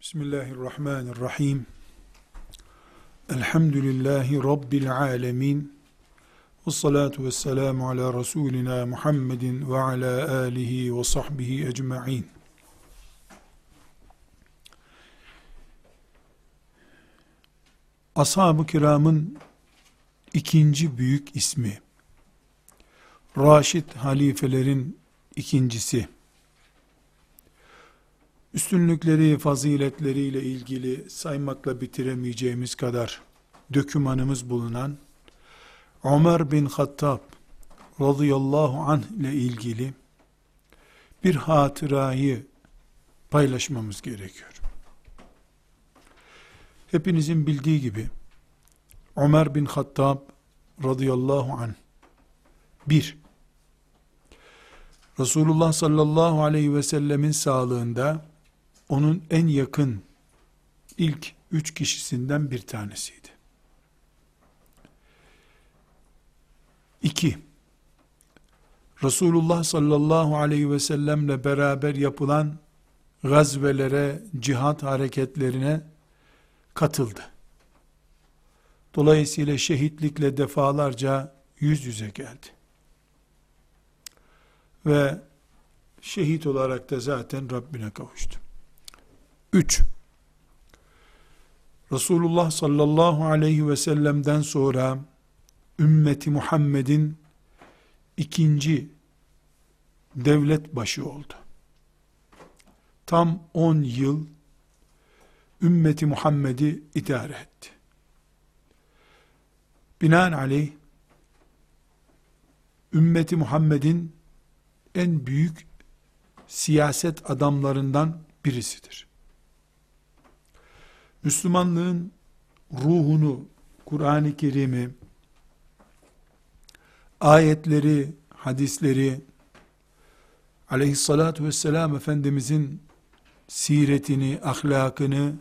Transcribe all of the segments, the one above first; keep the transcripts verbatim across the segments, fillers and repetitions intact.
Bismillahirrahmanirrahim. Elhamdülillahi Rabbil alemin. Vessalatu vesselamu ala Resulina Muhammedin ve ala alihi ve sahbihi ecma'in. Ashab-ı kiramın ikinci büyük ismi, Raşid halifelerin ikincisi, üstünlükleri, faziletleriyle ilgili saymakla bitiremeyeceğimiz kadar dökümanımız bulunan Ömer bin Hattab radıyallahu anh ile ilgili bir hatırayı paylaşmamız gerekiyor. Hepinizin bildiği gibi Ömer bin Hattab radıyallahu anh bir, Resulullah sallallahu aleyhi ve sellemin sağlığında onun en yakın ilk üç kişisinden bir tanesiydi. İki, Resulullah sallallahu aleyhi ve sellemle beraber yapılan gazvelere, cihat hareketlerine katıldı. Dolayısıyla şehitlikle defalarca yüz yüze geldi. Ve şehit olarak da zaten Rabbine kavuştu. Üç, Resulullah sallallahu aleyhi ve sellem'den sonra ümmeti Muhammed'in ikinci devlet başı oldu. Tam on yıl ümmeti Muhammed'i idare etti. Binaenaleyh ümmeti Muhammed'in en büyük siyaset adamlarından birisidir. Müslümanlığın ruhunu, Kur'an-ı Kerim'i, ayetleri, hadisleri, aleyhissalatu vesselam Efendimizin siretini, ahlakını,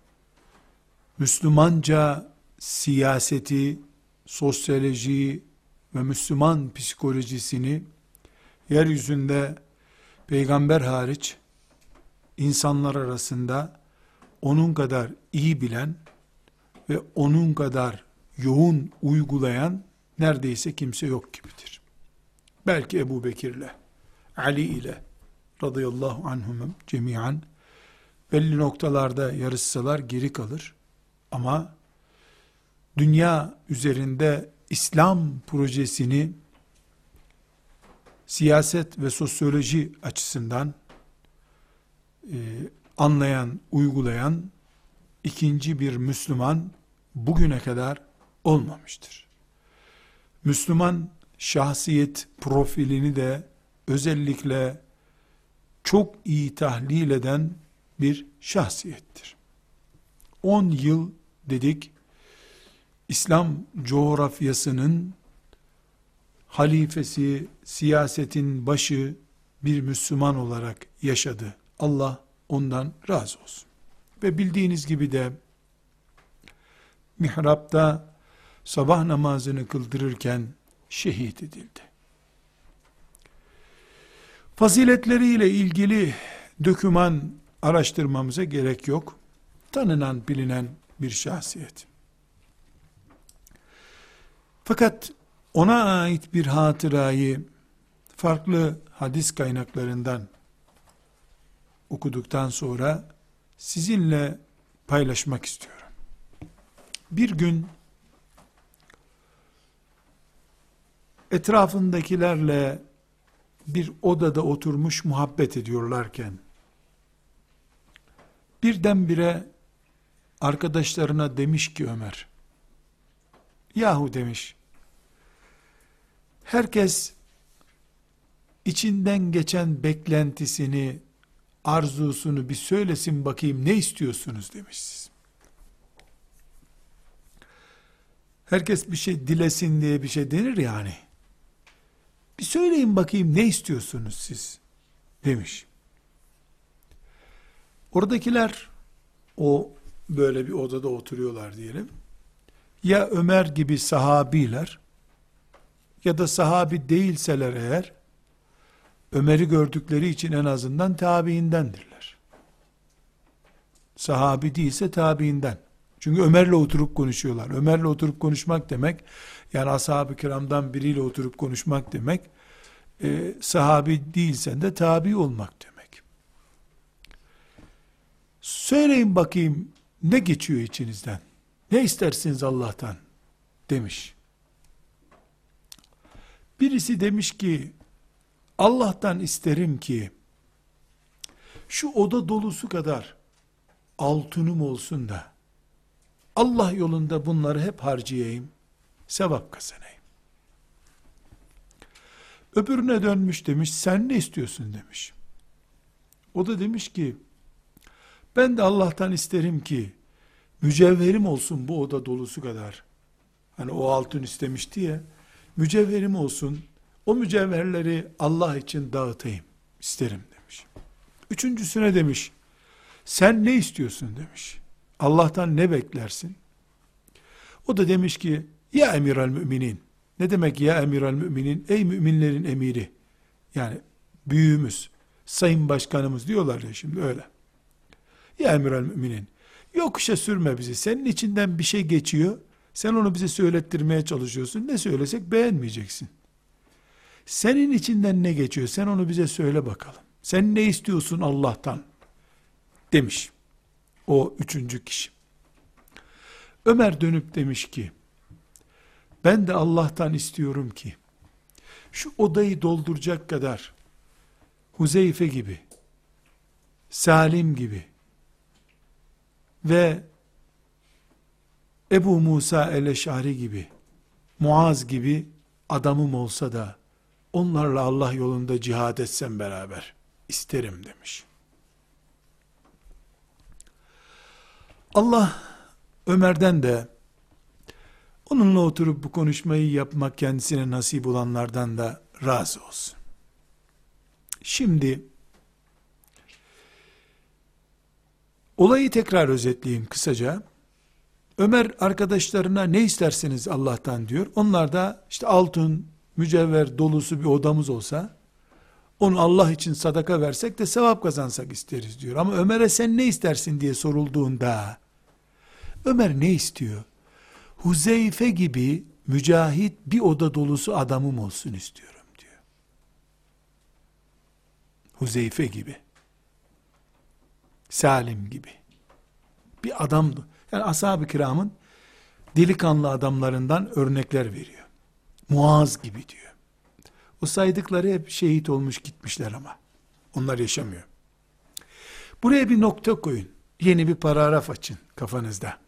Müslümanca siyaseti, sosyolojiyi ve Müslüman psikolojisini yeryüzünde peygamber hariç insanlar arasında onun kadar iyi bilen ve onun kadar yoğun uygulayan neredeyse kimse yok gibidir. Belki Ebu Bekir'le, Ali ile radıyallahu anhum cemiyan belli noktalarda yarışsalar geri kalır. Ama dünya üzerinde İslam projesini siyaset ve sosyoloji açısından e, anlayan, uygulayan ikinci bir Müslüman bugüne kadar olmamıştır. Müslüman şahsiyet profilini de özellikle çok iyi tahlil eden bir şahsiyettir. on yıl dedik, İslam coğrafyasının halifesi, siyasetin başı bir Müslüman olarak yaşadı. Allah ondan razı olsun. Ve bildiğiniz gibi de mihrapta sabah namazını kıldırırken şehit edildi. Faziletleriyle ilgili döküman araştırmamıza gerek yok. Tanınan, bilinen bir şahsiyet. Fakat ona ait bir hatırayı farklı hadis kaynaklarından okuduktan sonra sizinle paylaşmak istiyorum. Bir gün etrafındakilerle bir odada oturmuş muhabbet ediyorlarken birdenbire arkadaşlarına demiş ki Ömer, yahu demiş, herkes içinden geçen beklentisini, arzusunu bir söylesin bakayım, ne istiyorsunuz demiş siz. Herkes bir şey dilesin diye bir şey denir yani. Bir söyleyin bakayım, ne istiyorsunuz siz demiş. Oradakiler, o böyle bir odada oturuyorlar diyelim. Ya Ömer gibi sahabiler ya da sahabi değilseler eğer Ömer'i gördükleri için en azından tabiindendirler. Sahabi değilse tabiinden. Çünkü Ömer'le oturup konuşuyorlar. Ömer'le oturup konuşmak demek, yani ashab-ı kiramdan biriyle oturup konuşmak demek, e, sahabi değilsen de tabi olmak demek. Söyleyin bakayım, ne geçiyor içinizden? Ne istersiniz Allah'tan? Demiş. Birisi demiş ki, Allah'tan isterim ki, şu oda dolusu kadar altınım olsun da, Allah yolunda bunları hep harcayayım, sevap kazanayım. Öbürüne dönmüş demiş, sen ne istiyorsun demiş. O da demiş ki, ben de Allah'tan isterim ki, mücevherim olsun bu oda dolusu kadar. Hani o altın istemişti ya, mücevherim olsun, o mücevherleri Allah için dağıtayım, isterim demiş. Üçüncüsüne demiş, sen ne istiyorsun demiş. Allah'tan ne beklersin? O da demiş ki, ya emiral müminin. Ne demek ya emiral müminin? Ey müminlerin emiri. Yani büyüğümüz, sayın başkanımız diyorlar ya şimdi öyle. Ya emiral müminin. Yokuşa sürme bizi. Senin içinden bir şey geçiyor. Sen onu bize söylettirmeye çalışıyorsun. Ne söylesek beğenmeyeceksin. Senin içinden ne geçiyor? Sen onu bize söyle bakalım. Sen ne istiyorsun Allah'tan? Demiş. O üçüncü kişi. Ömer dönüp demiş ki, ben de Allah'tan istiyorum ki, şu odayı dolduracak kadar, Huzeyfe gibi, Salim gibi ve Ebu Musa el-Eş'ari gibi, Muaz gibi adamım olsa da, onlarla Allah yolunda cihad etsem beraber, isterim demiş. Allah Ömer'den de onunla oturup bu konuşmayı yapmak kendisine nasip olanlardan da razı olsun. Şimdi olayı tekrar özetleyeyim kısaca. Ömer arkadaşlarına ne isterseniz Allah'tan diyor. Onlar da işte altın, mücevher dolusu bir odamız olsa onu Allah için sadaka versek de sevap kazansak isteriz diyor. Ama Ömer'e sen ne istersin diye sorulduğunda Ömer ne istiyor? Huzeyfe gibi mücahit bir oda dolusu adamım olsun istiyorum diyor. Huzeyfe gibi. Salim gibi. Bir adamdı. Yani ashab-ı kiramın delikanlı adamlarından örnekler veriyor. Muaz gibi diyor. O saydıkları hep şehit olmuş gitmişler ama. Onlar yaşamıyor. Buraya bir nokta koyun. Yeni bir paragraf açın kafanızda.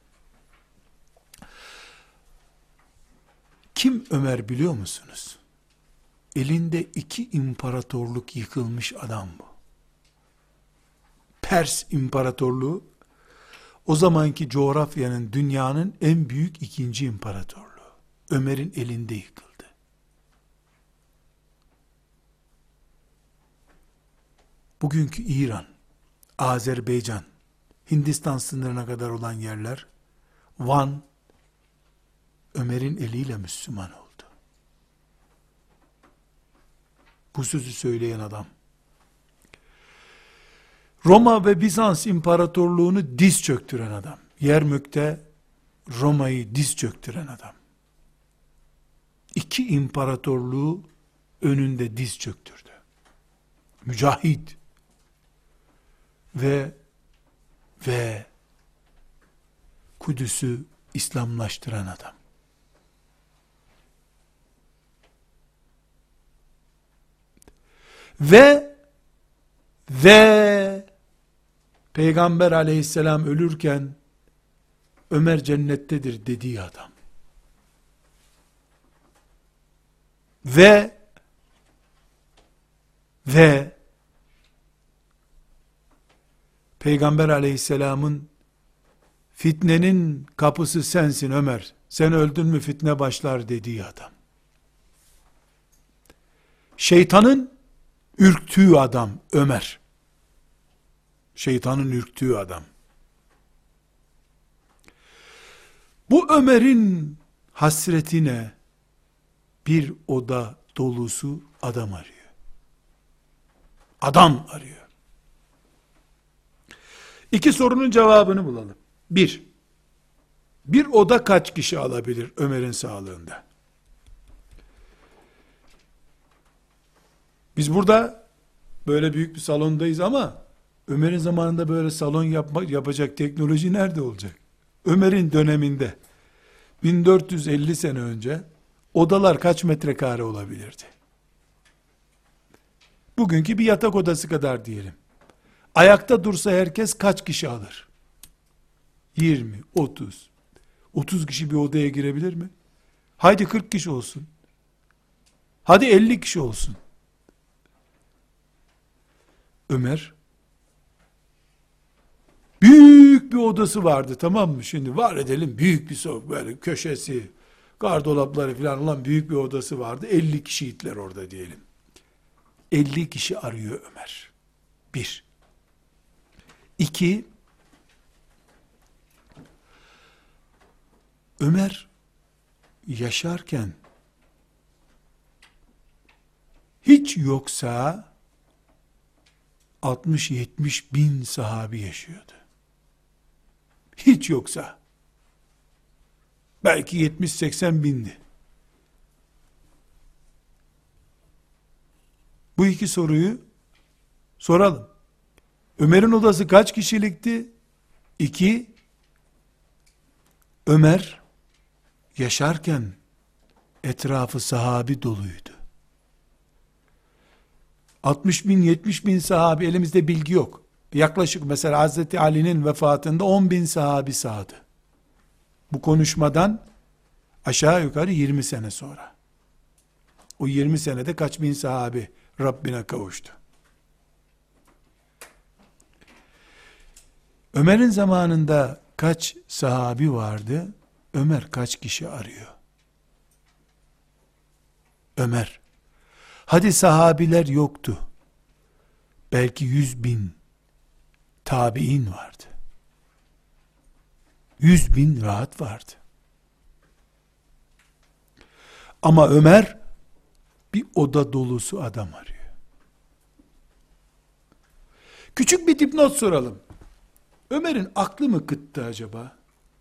Kim Ömer biliyor musunuz? Elinde iki imparatorluk yıkılmış adam bu. Pers İmparatorluğu, o zamanki coğrafyanın, dünyanın en büyük ikinci imparatorluğu. Ömer'in elinde yıkıldı. Bugünkü İran, Azerbaycan, Hindistan sınırına kadar olan yerler, Van, Ömer'in eliyle Müslüman oldu. Bu sözü söyleyen adam, Roma ve Bizans İmparatorluğunu diz çöktüren adam, Yermük'te Roma'yı diz çöktüren adam, İki imparatorluğu önünde diz çöktürdü. Mücahit ve ve Kudüs'ü İslamlaştıran adam. Ve ve Peygamber aleyhisselam ölürken Ömer cennettedir dediği adam. Ve ve Peygamber aleyhisselamın fitnenin kapısı sensin Ömer, sen öldün mü fitne başlar dediği adam. Şeytanın ürktüğü adam Ömer. Şeytanın ürktüğü adam. Bu Ömer'in hasretine bir oda dolusu adam arıyor. Adam arıyor. İki sorunun cevabını bulalım. Bir, bir oda kaç kişi alabilir Ömer'in sağlığında? Biz burada böyle büyük bir salondayız ama Ömer'in zamanında böyle salon yapma, yapacak teknoloji nerede olacak? Ömer'in döneminde bin dört yüz elli sene önce odalar kaç metrekare olabilirdi? Bugünkü bir yatak odası kadar diyelim. Ayakta dursa herkes kaç kişi alır? yirmi, otuz. otuz kişi bir odaya girebilir mi? Haydi kırk kişi olsun. Hadi elli kişi olsun. Ömer büyük bir odası vardı, tamam mı? Şimdi var edelim, büyük bir soğuk, böyle köşesi, gardolapları falan olan büyük bir odası vardı. elli kişiydiler orada diyelim. elli kişi arıyor Ömer. Bir. İki, Ömer yaşarken hiç yoksa altmış yetmiş bin sahabi yaşıyordu. Hiç yoksa. Belki yetmiş seksen bindi. Bu iki soruyu soralım. Ömer'in odası kaç kişilikti? İki, Ömer yaşarken etrafı sahabi doluydu. altmış bin, yetmiş bin sahabi, elimizde bilgi yok. Yaklaşık mesela Hazreti Ali'nin vefatında on bin sahabi sağdı. Bu konuşmadan aşağı yukarı yirmi sene sonra. O yirmi senede kaç bin sahabi Rabbine kavuştu. Ömer'in zamanında kaç sahabi vardı? Ömer kaç kişi arıyor? Ömer. Hadi sahabiler yoktu. Belki yüz bin tabi'in vardı. Yüz bin rahat vardı. Ama Ömer bir oda dolusu adam arıyor. Küçük bir dipnot soralım. Ömer'in aklı mı kıttı acaba?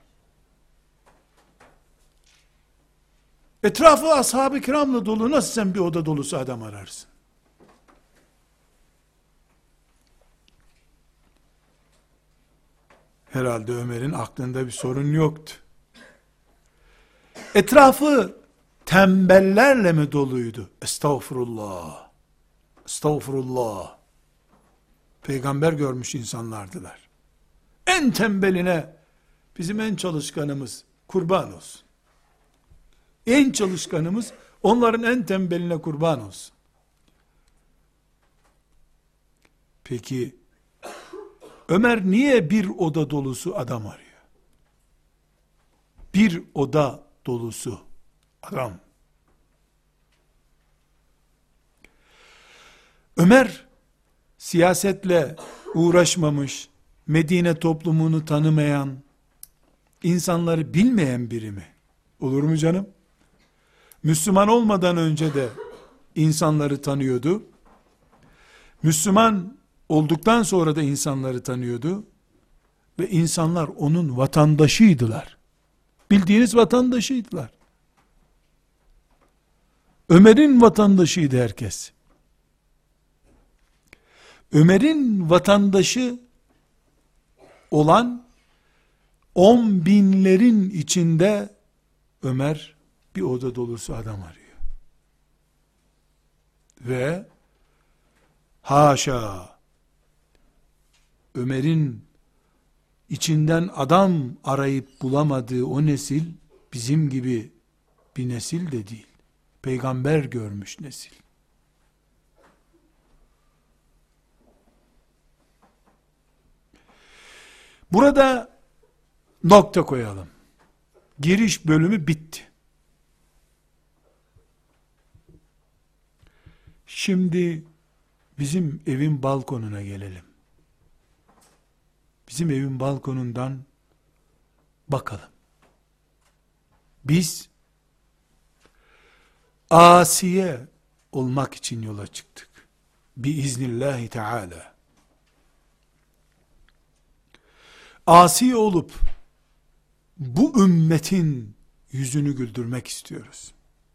Etrafı ashab-ı kiramla dolu, nasıl sen bir oda dolusu adam ararsın? Herhalde Ömer'in aklında bir sorun yoktu. Etrafı tembellerle mi doluydu? Estağfurullah. Estağfurullah. Peygamber görmüş insanlardılar. En tembeline bizim en çalışkanımız kurban olsun. En çalışkanımız onların en tembeline kurban olsun. Peki Ömer niye bir oda dolusu adam arıyor? Bir oda dolusu adam. Ömer siyasetle uğraşmamış, Medine toplumunu tanımayan, insanları bilmeyen biri mi? Olur mu canım? Müslüman olmadan önce de insanları tanıyordu. Müslüman olduktan sonra da insanları tanıyordu. Ve insanlar onun vatandaşıydılar. Bildiğiniz vatandaşıydılar. Ömer'in vatandaşıydı herkes. Ömer'in vatandaşı olan on binlerin içinde Ömer bir oda dolusu adam arıyor. Ve haşa Ömer'in içinden adam arayıp bulamadığı o nesil bizim gibi bir nesil de değil. Peygamber görmüş nesil. Burada nokta koyalım. Giriş bölümü bitti. Şimdi bizim evin balkonuna gelelim. Bizim evin balkonundan bakalım. Biz asiye olmak için yola çıktık. Biiznillahü teala. asi olup bu ümmetin yüzünü güldürmek istiyoruz.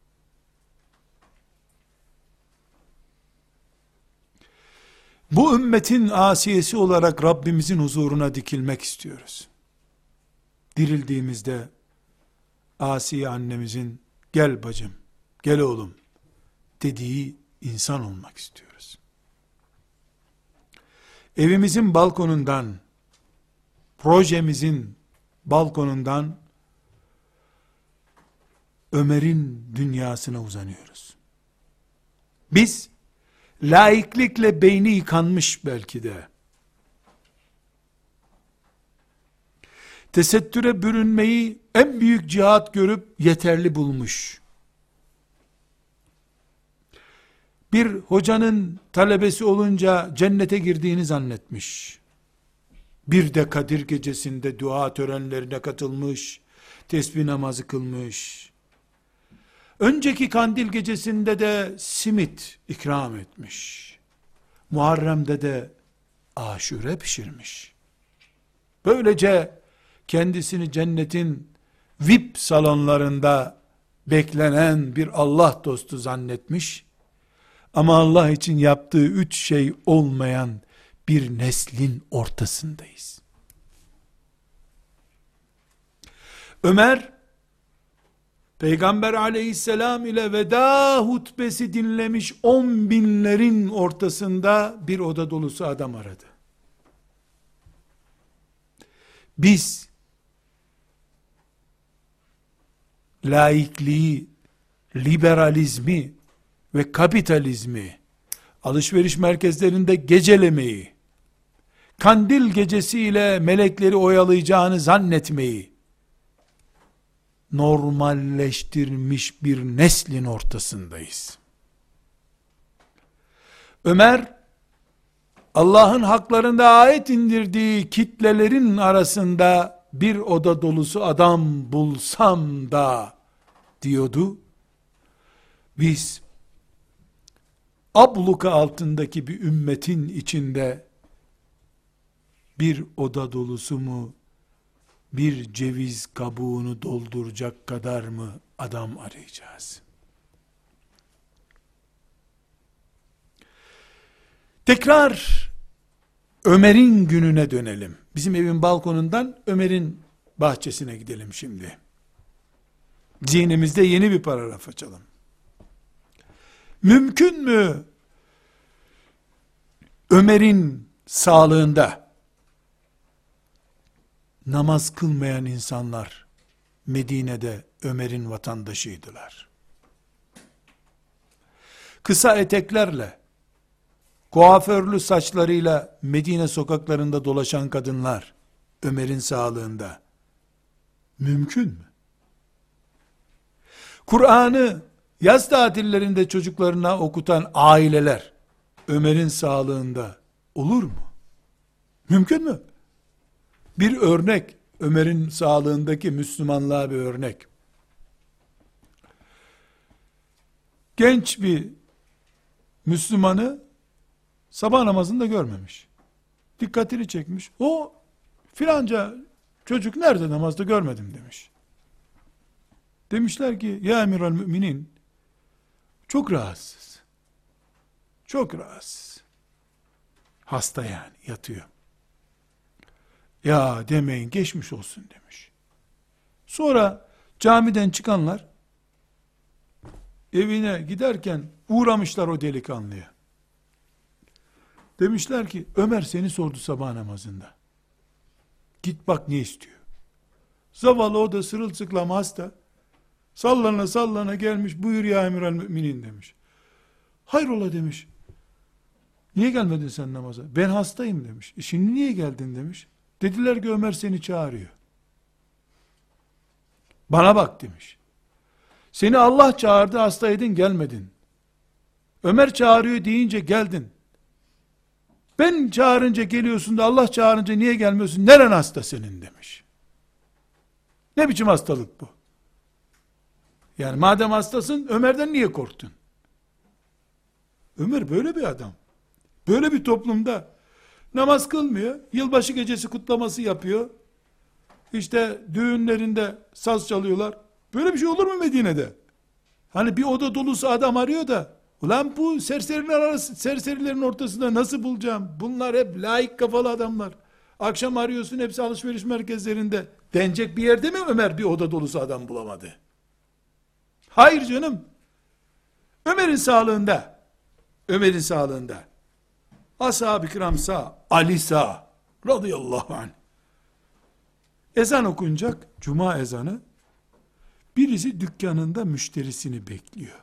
Bu ümmetin asiyesi olarak Rabbimizin huzuruna dikilmek istiyoruz. Dirildiğimizde Asiye annemizin gel bacım, gel oğlum dediği insan olmak istiyoruz. Evimizin balkonundan, projemizin balkonundan Ömer'in dünyasına uzanıyoruz. Biz laiklikle beyni yıkanmış belki de, tesettüre bürünmeyi en büyük cihat görüp yeterli bulmuş, bir hocanın talebesi olunca cennete girdiğini zannetmiş, bir de Kadir gecesinde dua törenlerine katılmış, tesbih namazı kılmış, önceki kandil gecesinde de simit ikram etmiş, Muharrem'de de aşure pişirmiş. Böylece kendisini cennetin V I P salonlarında beklenen bir Allah dostu zannetmiş, ama Allah için yaptığı üç şey olmayan bir neslin ortasındayız. Ömer, Peygamber aleyhisselam ile veda hutbesi dinlemiş on binlerin ortasında bir oda dolusu adam aradı. Biz, laikliği, liberalizmi ve kapitalizmi, alışveriş merkezlerinde gecelemeyi, kandil gecesiyle melekleri oyalayacağını zannetmeyi normalleştirmiş bir neslin ortasındayız. Ömer, Allah'ın haklarında ayet indirdiği kitlelerin arasında bir oda dolusu adam bulsam da diyordu. Biz abluka altındaki bir ümmetin içinde bir oda dolusu mu, bir ceviz kabuğunu dolduracak kadar mı adam arayacağız? Tekrar Ömer'in gününe dönelim. Bizim evin balkonundan Ömer'in bahçesine gidelim şimdi. Zihnimizde yeni bir paragraf açalım. Mümkün mü Ömer'in sağlığında namaz kılmayan insanlar Medine'de Ömer'in vatandaşıydılar? Kısa eteklerle, kuaförlü saçlarıyla Medine sokaklarında dolaşan kadınlar Ömer'in sağlığında mümkün mü? Kur'an'ı yaz tatillerinde çocuklarına okutan aileler Ömer'in sağlığında olur mu? Mümkün mü? Bir örnek, Ömer'in sağlığındaki Müslümanlığa bir örnek. Genç bir Müslümanı sabah namazında görmemiş. Dikkatini çekmiş. O filanca çocuk nerede namazda görmedim demiş. Demişler ki ya emiral müminin, çok rahatsız. Çok rahatsız. Hasta yani, yatıyor. Ya demeyin, geçmiş olsun demiş. Sonra camiden çıkanlar evine giderken uğramışlar o delikanlıya. Demişler ki Ömer seni sordu sabah namazında. Git bak ne istiyor. Zavallı o da sırılsıklam hasta. Sallana sallana gelmiş, buyur ya emiral müminin demiş. Hayrola demiş. Niye gelmedin sen namaza? Ben hastayım demiş. E şimdi niye geldin demiş. Dediler ki Ömer seni çağırıyor. Bana bak demiş. Seni Allah çağırdı, hastaydın gelmedin. Ömer çağırıyor deyince geldin. Ben çağırınca geliyorsun da Allah çağırınca niye gelmiyorsun? Neren hasta senin demiş. Ne biçim hastalık bu? Yani madem hastasın Ömer'den niye korktun? Ömer böyle bir adam. Böyle bir toplumda namaz kılmıyor, yılbaşı gecesi kutlaması yapıyor, işte düğünlerinde saz çalıyorlar. Böyle bir şey olur mu Medine'de? Hani bir oda dolusu adam arıyor da, ulan bu serseriler arası, serserilerin ortasında nasıl bulacağım? Bunlar hep laik kafalı adamlar. Akşam arıyorsun, hepsi alışveriş merkezlerinde. Denecek bir yerde mi Ömer bir oda dolusu adam bulamadı? Hayır canım. Ömer'in sağlığında, Ömer'in sağlığında, ashab-ı kiram sağ, Ali sağ, radıyallahu anh. Ezan okunacak, cuma ezanı, birisi dükkanında müşterisini bekliyor.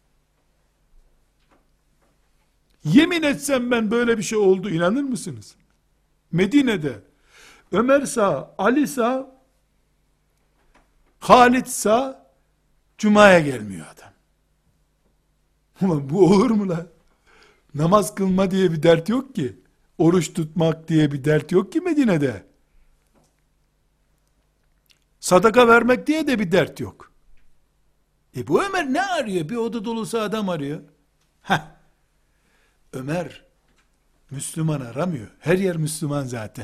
Yemin etsem ben böyle bir şey oldu, inanır mısınız? Medine'de, Ömer sağ, Ali sağ, Halid sağ, cumaya gelmiyor adam. Ulan bu olur mu lan? Namaz kılma diye bir dert yok ki. Oruç tutmak diye bir dert yok ki Medine'de. Sadaka vermek diye de bir dert yok. E bu Ömer ne arıyor? Bir oda dolusu adam arıyor. Heh. Ömer Müslüman aramıyor. Her yer Müslüman zaten.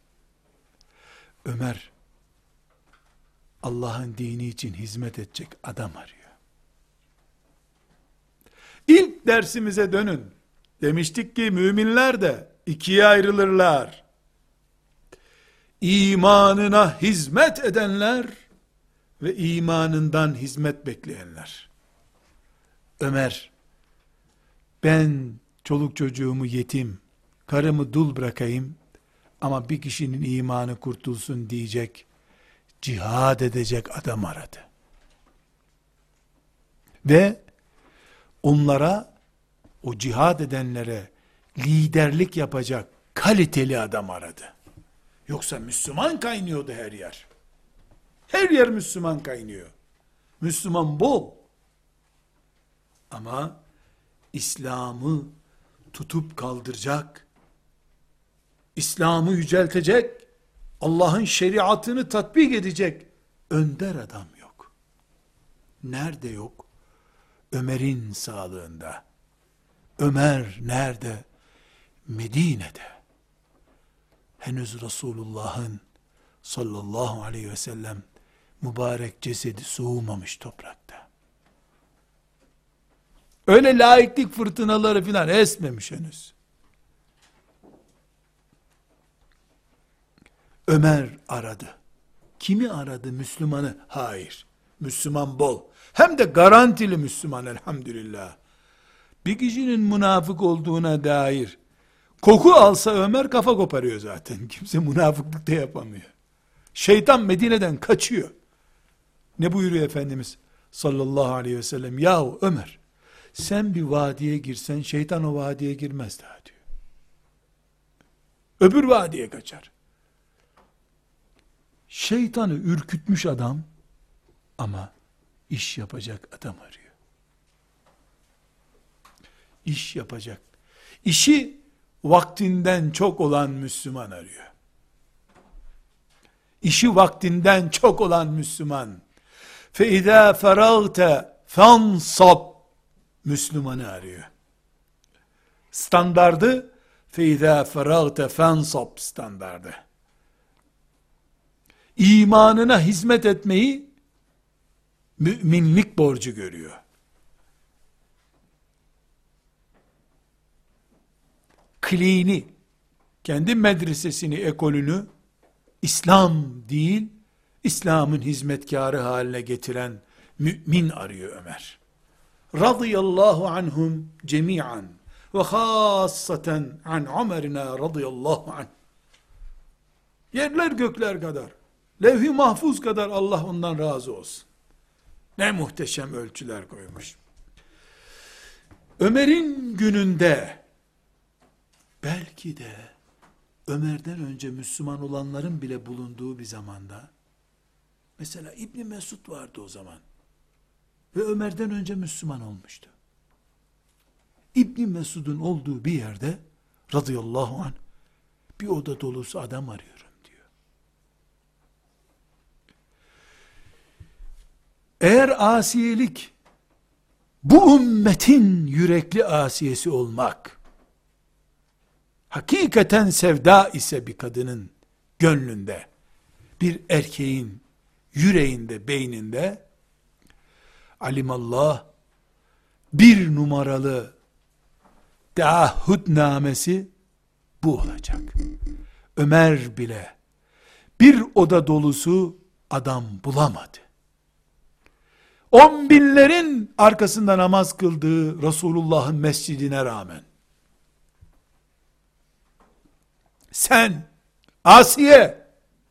Ömer Allah'ın dini için hizmet edecek adam arıyor. İlk dersimize dönün. Demiştik ki müminler de ikiye ayrılırlar. İmanına hizmet edenler ve imanından hizmet bekleyenler. Ömer, ben çoluk çocuğumu yetim, karımı dul bırakayım ama bir kişinin imanı kurtulsun diyecek, cihad edecek adam aradı. Ve onlara, o cihad edenlere liderlik yapacak kaliteli adam aradı. Yoksa Müslüman kaynıyordu her yer. Her yer Müslüman kaynıyor. Müslüman bol. Ama İslam'ı tutup kaldıracak, İslam'ı yüceltecek, Allah'ın şeriatını tatbik edecek önder adam yok. Nerede yok? Ömer'in sağlığında. Ömer nerede? Medine'de. Henüz Resulullah'ın sallallahu aleyhi ve sellem mübarek cesedi soğumamış toprakta. Öyle laiklik fırtınaları filan esmemiş henüz. Ömer aradı. Kimi aradı? Müslümanı? Hayır. Müslüman bol. Hem de garantili Müslüman elhamdülillah. Bir kişinin münafık olduğuna dair koku alsa Ömer kafa koparıyor zaten. Kimse münafıklık da yapamıyor. Şeytan Medine'den kaçıyor. Ne buyuruyor Efendimiz sallallahu aleyhi ve sellem? Yahu Ömer, sen bir vadiye girsen şeytan o vadiye girmez daha diyor. Öbür vadiye kaçar. Şeytanı ürkütmüş adam ama iş yapacak adam arıyor. İş yapacak. İşi vaktinden çok olan Müslüman arıyor. İşi vaktinden çok olan Müslüman. فَاِذَا فَرَغْتَ فَانْصَبْ Müslümanı arıyor. Standardı فَاِذَا فَرَغْتَ فَانْصَبْ standardı. İmanına hizmet etmeyi müminlik borcu görüyor. Klini, kendi medresesini, ekolünü İslam değil, İslam'ın hizmetkarı haline getiren mümin arıyor Ömer. Radıyallahu anhum cemi'an ve khassaten an Ömer'ina radıyallahu anh. Yerler gökler kadar, levh-i mahfuz kadar Allah ondan razı olsun. Ne muhteşem ölçüler koymuş. Ömer'in gününde, belki de Ömer'den önce Müslüman olanların bile bulunduğu bir zamanda, mesela İbni Mesud vardı o zaman ve Ömer'den önce Müslüman olmuştu. İbni Mesud'un olduğu bir yerde radıyallahu anh bir oda dolusu adam arıyorum diyor. Eğer asiyelik bu ümmetin yürekli asiyesi olmak, hakikaten sevda ise bir kadının gönlünde, bir erkeğin yüreğinde, beyninde alimallah bir numaralı taahhüdnamesi bu olacak. Ömer bile bir oda dolusu adam bulamadı. On binlerin arkasında namaz kıldığı Resulullah'ın mescidine rağmen sen Asiye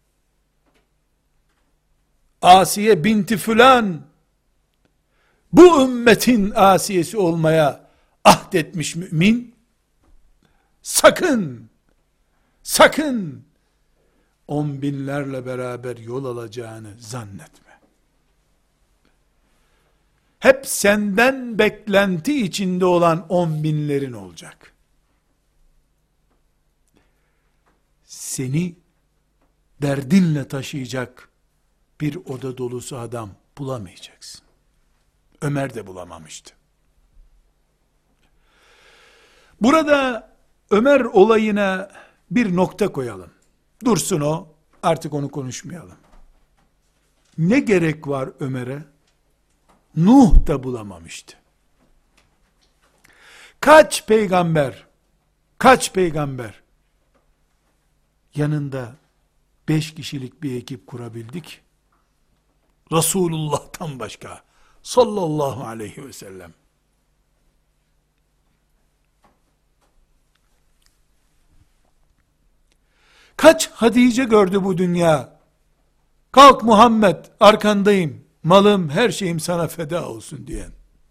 Asiye binti Fülan bu ümmetin Asiyesi olmaya ahdetmiş mümin, sakın sakın on binlerle beraber yol alacağını zannetme. Hep senden beklenti içinde olan on binlerin olacak. Seni derdinle taşıyacak bir oda dolusu adam bulamayacaksın. Ömer de bulamamıştı. Burada Ömer olayına bir nokta koyalım. Dursun o, artık onu konuşmayalım. Ne gerek var Ömer'e? Nuh da bulamamıştı. Kaç peygamber, kaç peygamber yanında beş kişilik bir ekip kurabildik? Resulullah'tan başka sallallahu aleyhi ve sellem. Kaç Hatice gördü bu dünya? Kalk Muhammed, arkandayım, malım, her şeyim sana feda olsun diyen.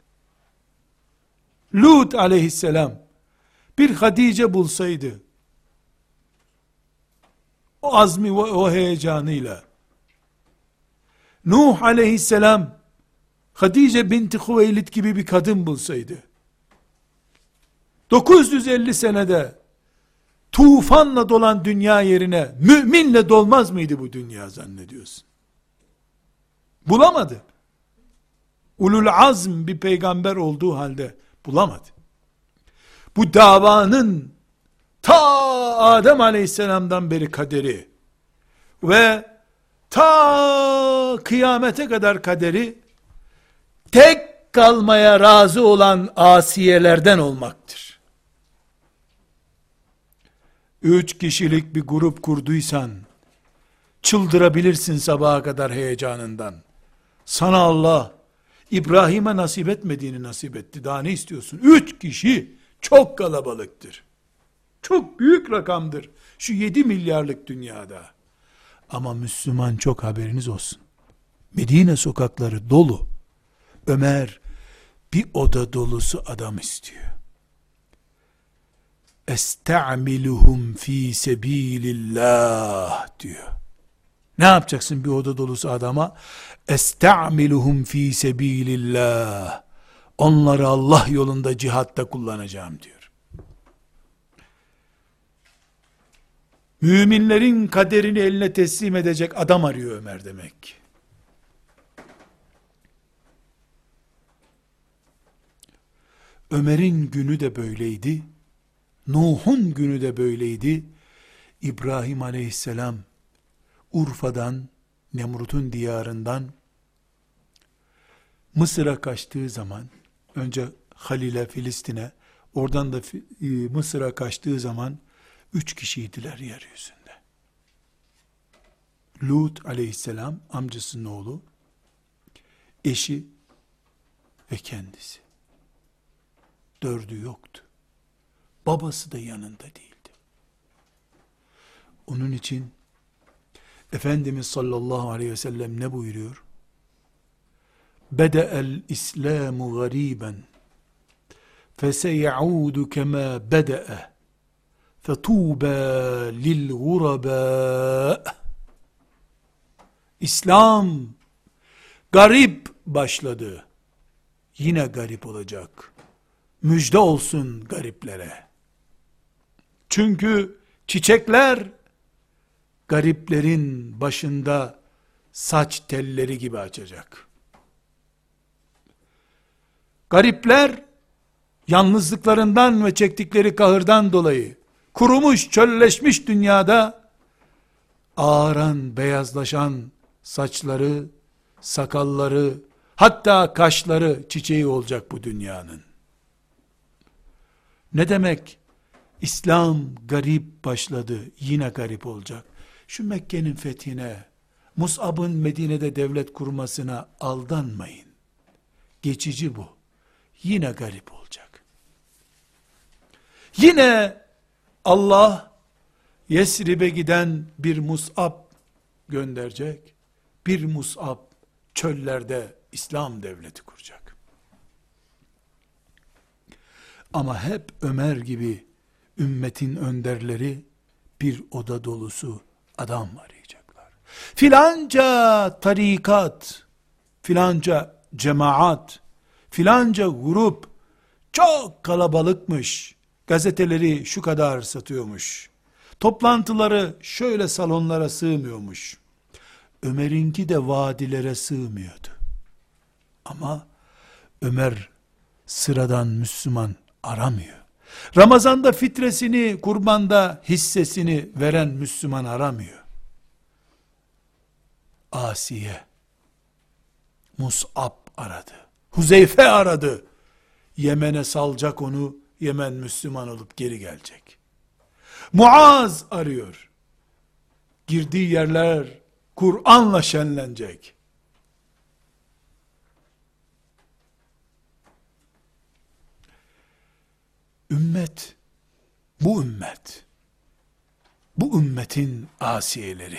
Lut aleyhisselam bir Hatice bulsaydı, o azmi ve o heyecanıyla, Nuh aleyhisselam Hatice binti Hüveylid gibi bir kadın bulsaydı, dokuz yüz elli senede tufanla dolan dünya yerine müminle dolmaz mıydı bu dünya zannediyorsun? Bulamadı. Ulul azm bir peygamber olduğu halde bulamadı. Bu davanın ta Adem aleyhisselamdan beri kaderi ve ta kıyamete kadar kaderi tek kalmaya razı olan asiyelerden olmaktır. Üç kişilik bir grup kurduysan çıldırabilirsin sabaha kadar heyecanından. Sana Allah İbrahim'e nasip etmediğini nasip etti. Daha ne istiyorsun? Üç kişi çok kalabalıktır. Çok büyük rakamdır. Şu yedi milyarlık dünyada. Ama Müslüman çok, haberiniz olsun. Medine sokakları dolu. Ömer bir oda dolusu adam istiyor. Esta'miluhum fi sebilillah diyor. Ne yapacaksın bir oda dolusu adama? Esta'miluhum fi sebilillah. Onları Allah yolunda cihatta kullanacağım diyor. Müminlerin kaderini eline teslim edecek adam arıyor Ömer demek. Ömer'in günü de böyleydi. Nuh'un günü de böyleydi. İbrahim aleyhisselam Urfa'dan, Nemrut'un diyarından Mısır'a kaçtığı zaman, önce Halil'e, Filistin'e, oradan da Mısır'a kaçtığı zaman üç kişiydiler yeryüzünde. Lut aleyhisselam, amcasının oğlu, eşi ve kendisi. Dördü yoktu. Babası da yanında değildi. Onun için Efendimiz sallallahu aleyhi ve sellem ne buyuruyor? Bede'el İslamu gariben feseyaudu kema bede'e fetûbâ lil gurabâ. İslam garip başladı. Yine garip olacak. Müjde olsun gariplere. Çünkü çiçekler gariplerin başında saç telleri gibi açacak. Garipler yalnızlıklarından ve çektikleri kahırdan dolayı kurumuş, çölleşmiş dünyada ağaran, beyazlaşan saçları, sakalları, hatta kaşları çiçeği olacak bu dünyanın. Ne demek? İslam garip başladı, yine garip olacak. Şu Mekke'nin fethine, Mus'ab'ın Medine'de devlet kurmasına aldanmayın. Geçici bu. Yine garip olacak. Yine Allah Yesrib'e giden bir Mus'ab gönderecek. Bir Mus'ab çöllerde İslam devleti kuracak. Ama hep Ömer gibi ümmetin önderleri bir oda dolusu adam arayacaklar. Filanca tarikat, filanca cemaat, filanca grup çok kalabalıkmış. Gazeteleri şu kadar satıyormuş. Toplantıları şöyle salonlara sığmıyormuş. Ömer'inki de vadilere sığmıyordu. Ama Ömer sıradan Müslüman aramıyor. Ramazanda fitresini, kurbanda hissesini veren Müslüman aramıyor. Asiye, Mus'ab aradı. Huzeyfe aradı. Yemen'e salacak onu, Yemen Müslüman olup geri gelecek. Muaz arıyor. Girdiği yerler Kur'an'la şenlenecek. Ümmet, bu ümmet, bu ümmetin asiyeleri,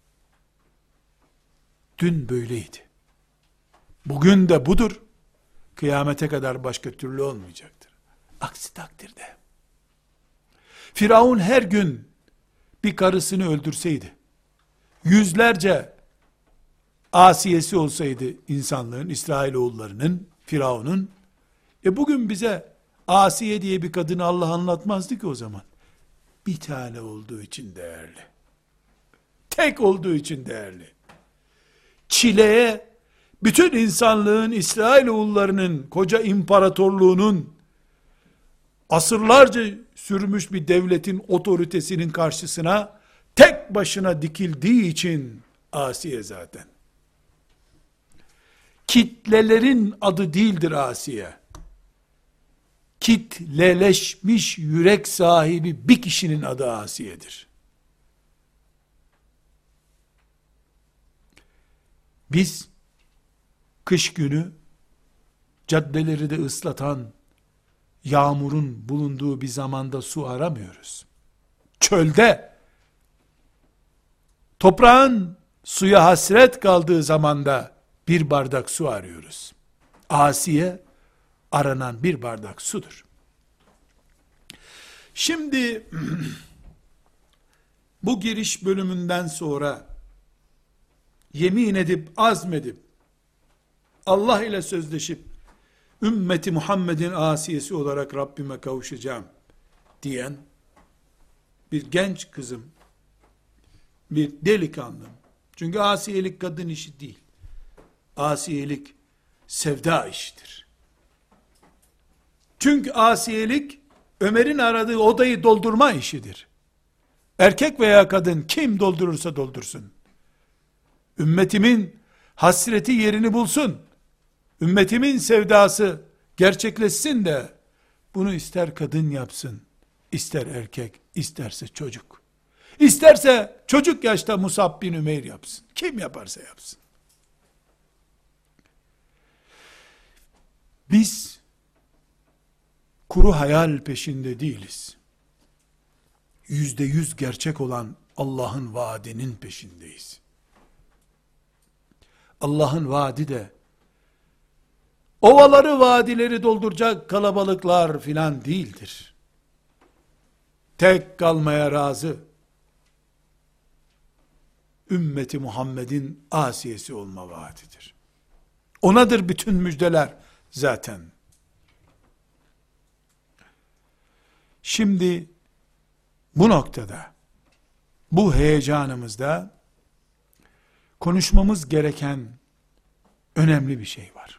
dün böyleydi. Bugün de budur. Kıyamete kadar başka türlü olmayacaktır. Aksi takdirde, Firavun her gün bir karısını öldürseydi, yüzlerce asiyesi olsaydı insanlığın, İsrailoğullarının, Firavun'un, e bugün bize Asiye diye bir kadını Allah anlatmazdı ki o zaman. Bir tane olduğu için değerli. Tek olduğu için değerli. Çileye, bütün insanlığın, İsrailoğullarının, koca imparatorluğunun, asırlarca sürmüş bir devletin otoritesinin karşısına, tek başına dikildiği için Asiye zaten. Kitlelerin adı değildir Asiye. Kitleleşmiş yürek sahibi bir kişinin adı Asiye'dir. Biz kış günü caddeleri de ıslatan yağmurun bulunduğu bir zamanda su aramıyoruz. Çölde toprağın suya hasret kaldığı zamanda bir bardak su arıyoruz. Asiye aranan bir bardak sudur. Şimdi bu giriş bölümünden sonra yemin edip azmedip Allah ile sözleşip ümmeti Muhammed'in asiyesi olarak Rabbime kavuşacağım diyen bir genç kızım, bir delikanlım. Çünkü asiyelik kadın işi değil. Asiyelik sevda işidir. Çünkü asiyelik Ömer'in aradığı odayı doldurma işidir. Erkek veya kadın kim doldurursa doldursun. Ümmetimin hasreti yerini bulsun. Ümmetimin sevdası gerçekleşsin de bunu ister kadın yapsın, ister erkek, isterse çocuk. İsterse çocuk yaşta Musab bin Ümeyr yapsın. Kim yaparsa yapsın. Biz kuru hayal peşinde değiliz. Yüzde yüz gerçek olan Allah'ın vaadinin peşindeyiz. Allah'ın vaadi de ovaları, vadileri dolduracak kalabalıklar filan değildir. Tek kalmaya razı, ümmeti Muhammed'in asiyesi olma vaadidir. Onadır bütün müjdeler zaten. Şimdi bu noktada, bu heyecanımızda konuşmamız gereken önemli bir şey var.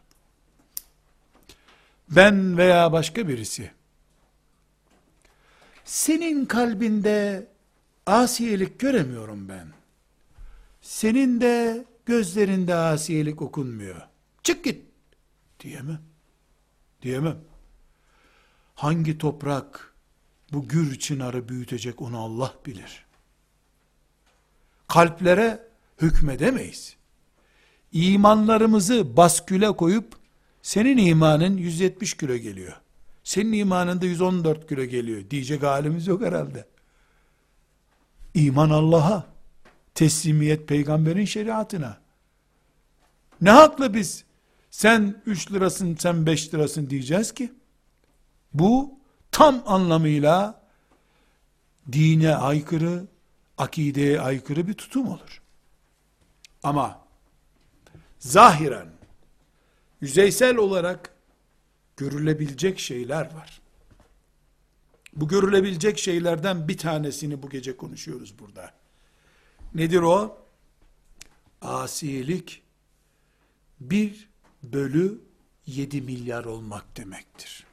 Ben veya başka birisi, senin kalbinde asiyelik göremiyorum ben senin de gözlerinde asiyelik okunmuyor. Çık git diyemem. Diyemem. Hangi toprak bu gür çınarı büyütecek onu Allah bilir. Kalplere hükmedemeyiz. İmanlarımızı basküle koyup, senin imanın yüz yetmiş kilo geliyor, senin imanın da yüz on dört kilo geliyor diyecek halimiz yok herhalde. İman Allah'a, teslimiyet peygamberin şeriatına. Ne hakla biz sen üç lirasın, sen beş lirasın diyeceğiz ki? Bu tam anlamıyla dine aykırı, akideye aykırı bir tutum olur. Ama zahiren, yüzeysel olarak görülebilecek şeyler var. Bu görülebilecek şeylerden bir tanesini bu gece konuşuyoruz burada. Nedir o? Asilik, bir bölü yedi milyar olmak demektir.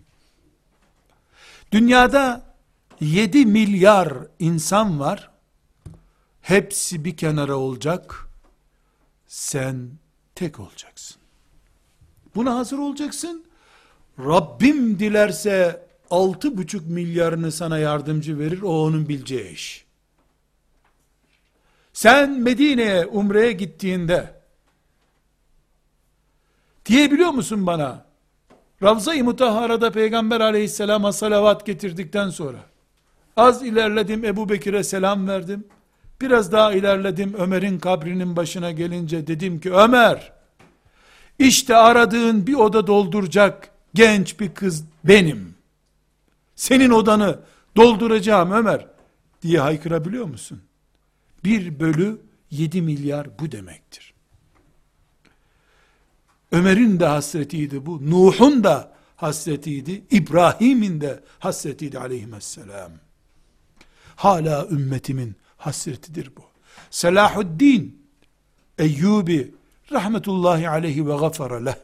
Dünyada yedi milyar insan var. Hepsi bir kenara olacak. Sen tek olacaksın. Buna hazır olacaksın. Rabbim dilerse altı buçuk milyarını sana yardımcı verir. O onun bileceği iş. Sen Medine'ye umreye gittiğinde diyebiliyor musun bana? Ravza-i Mutahhara'da Peygamber aleyhisselama salavat getirdikten sonra az ilerledim, Ebu Bekir'e selam verdim. Biraz daha ilerledim, Ömer'in kabrinin başına gelince dedim ki, Ömer, işte aradığın bir oda dolduracak genç bir kız benim. Senin odanı dolduracağım Ömer diye haykırabiliyor musun? Bir bölü yedi milyar bu demektir. Ömer'in de hasretiydi bu. Nuh'un da hasretiydi. İbrahim'in de hasretiydi aleyhisselam. Hala ümmetimin hasretidir bu. Selahuddin Eyyubi rahmetullahi aleyhi ve gafara leh,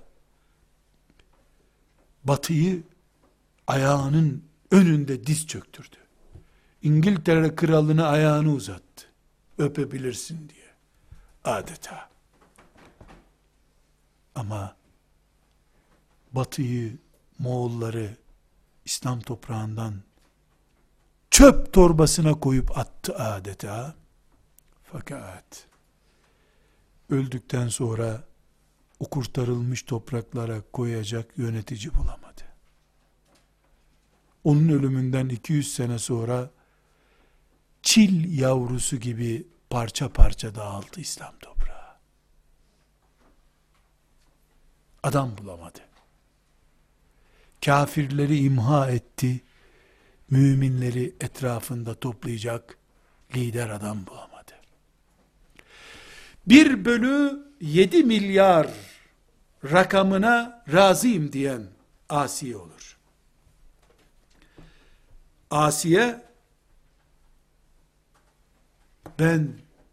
Batı'yı ayağının önünde diz çöktürdü. İngiltere kralına ayağını uzattı. Öpebilirsin diye. Adeta. Ama Batı'yı, Moğolları İslam toprağından çöp torbasına koyup attı adeta. Fakat öldükten sonra o kurtarılmış topraklara koyacak yönetici bulamadı. Onun ölümünden iki yüz sene sonra çil yavrusu gibi parça parça dağıldı İslam toprağı. Adam bulamadı. Kafirleri imha etti. Müminleri etrafında toplayacak lider adam bulamadı. Bir bölü yedi milyar rakamına razıyım diyen Asiye olur. Asiye, ben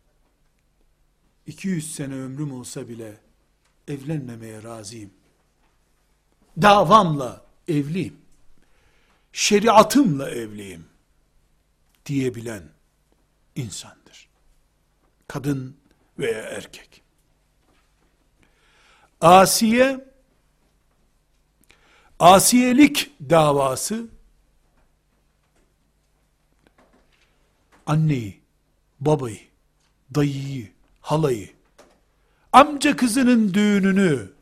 iki yüz sene ömrüm olsa bile evlenmemeye razıyım. Davamla evliyim. Şeriatımla evliyim diyebilen insandır. Kadın veya erkek. Asiye, asiyelik davası, anneyi, babayı, dayıyı, halayı, amca kızının düğününü,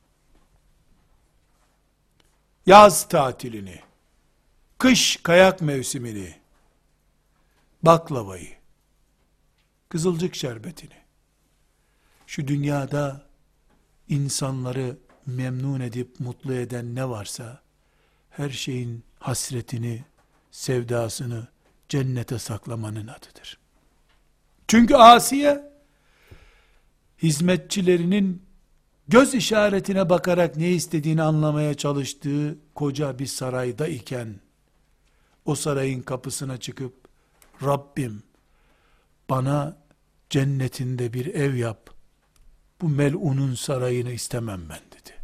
yaz tatilini, kış kayak mevsimini, baklavayı, kızılcık şerbetini, şu dünyada insanları memnun edip mutlu eden ne varsa, her şeyin hasretini, sevdasını cennete saklamanın adıdır. Çünkü Asiye, hizmetçilerinin göz işaretine bakarak ne istediğini anlamaya çalıştığı koca bir sarayda iken, o sarayın kapısına çıkıp, Rabbim bana cennetinde bir ev yap, bu melunun sarayını istemem ben dedi.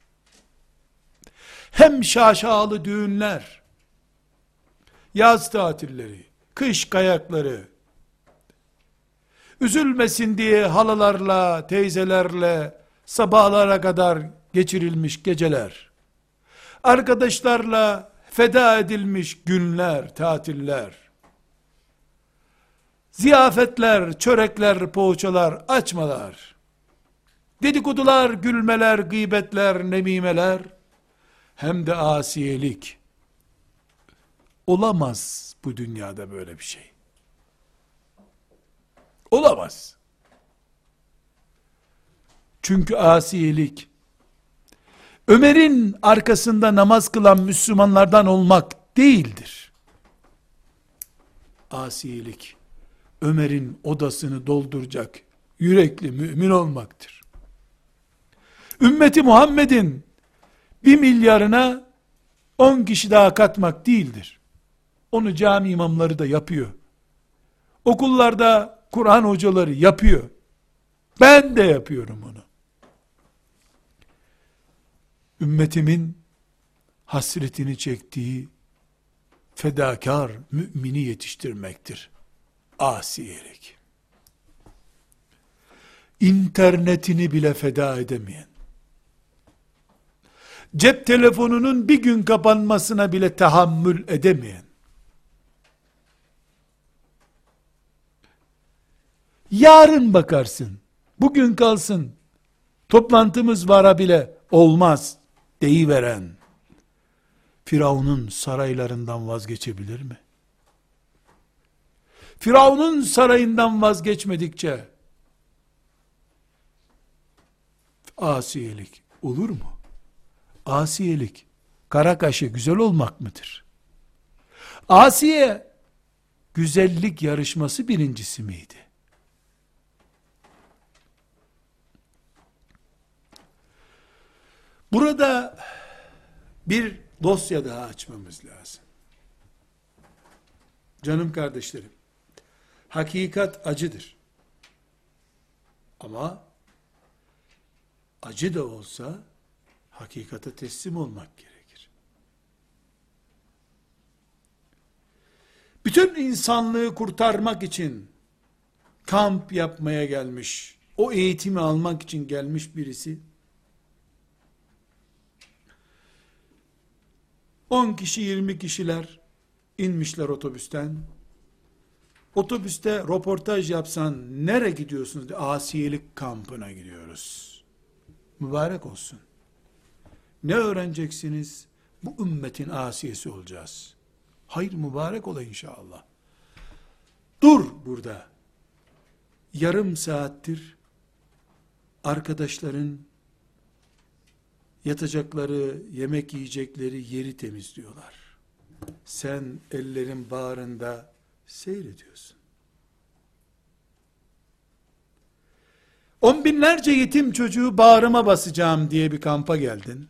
Hem şaşalı düğünler, yaz tatilleri, kış kayakları, üzülmesin diye halalarla, teyzelerle sabahlara kadar geçirilmiş geceler, arkadaşlarla feda edilmiş günler, tatiller, ziyafetler, çörekler, poğaçalar, açmalar, dedikodular, gülmeler, gıybetler, nemimeler, hem de asiyelik. Olamaz bu dünyada böyle bir şey. Olamaz. Çünkü asiyelik, Ömer'in arkasında namaz kılan Müslümanlardan olmak değildir. Asiyelik, Ömer'in odasını dolduracak yürekli mümin olmaktır. Ümmeti Muhammed'in bir milyarına on kişi daha katmak değildir. Onu cami imamları da yapıyor. Okullarda Kur'an hocaları yapıyor. Ben de yapıyorum onu. Ümmetimin hasretini çektiği fedakar mümini yetiştirmektir. Asiyelik. İnternetini bile feda edemeyen, cep telefonunun bir gün kapanmasına bile tahammül edemeyen, yarın bakarsın, bugün kalsın, toplantımız vara bile olmaz deyiveren Firavun'un saraylarından vazgeçebilir mi? Firavun'un sarayından vazgeçmedikçe asiyelik olur mu? Asiyelik, kara kaşı güzel olmak mıdır? Asiye, güzellik yarışması birincisi miydi? Burada bir dosya daha açmamız lazım. Canım kardeşlerim, hakikat acıdır. Ama acı da olsa hakikate teslim olmak gerekir. Bütün insanlığı kurtarmak için kamp yapmaya gelmiş, o eğitimi almak için gelmiş birisi, on kişi, yirmi kişiler inmişler otobüsten. Otobüste röportaj yapsan, nereye gidiyorsunuz? Asiyelik kampına gidiyoruz. Mübarek olsun. Ne öğreneceksiniz? Bu ümmetin asiyesi olacağız. Hayır, mübarek ola inşallah. Dur burada. Yarım saattir arkadaşların yatacakları, yemek yiyecekleri yeri temizliyorlar. Sen ellerin bağrında seyrediyorsun. On binlerce yetim çocuğu bağrıma basacağım diye bir kampa geldin.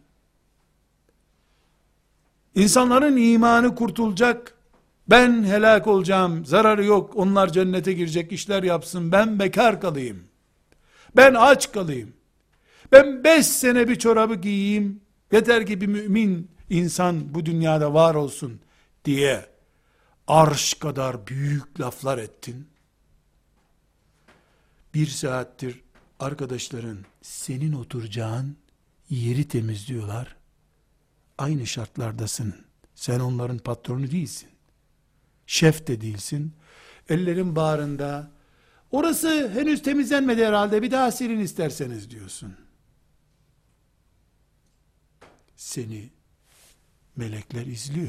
İnsanların imanı kurtulacak, ben helak olacağım, zararı yok, onlar cennete girecek işler yapsın, ben bekar kalayım, ben aç kalayım, ben beş sene bir çorabı giyeyim, yeter ki bir mümin insan bu dünyada var olsun diye arş kadar büyük laflar ettin. Bir saattir arkadaşların senin oturacağın yeri temizliyorlar. Aynı şartlardasın. Sen onların patronu değilsin. Şef de değilsin. Ellerin bağrında, orası henüz temizlenmedi herhalde, bir daha silin isterseniz diyorsun. Seni melekler izliyor.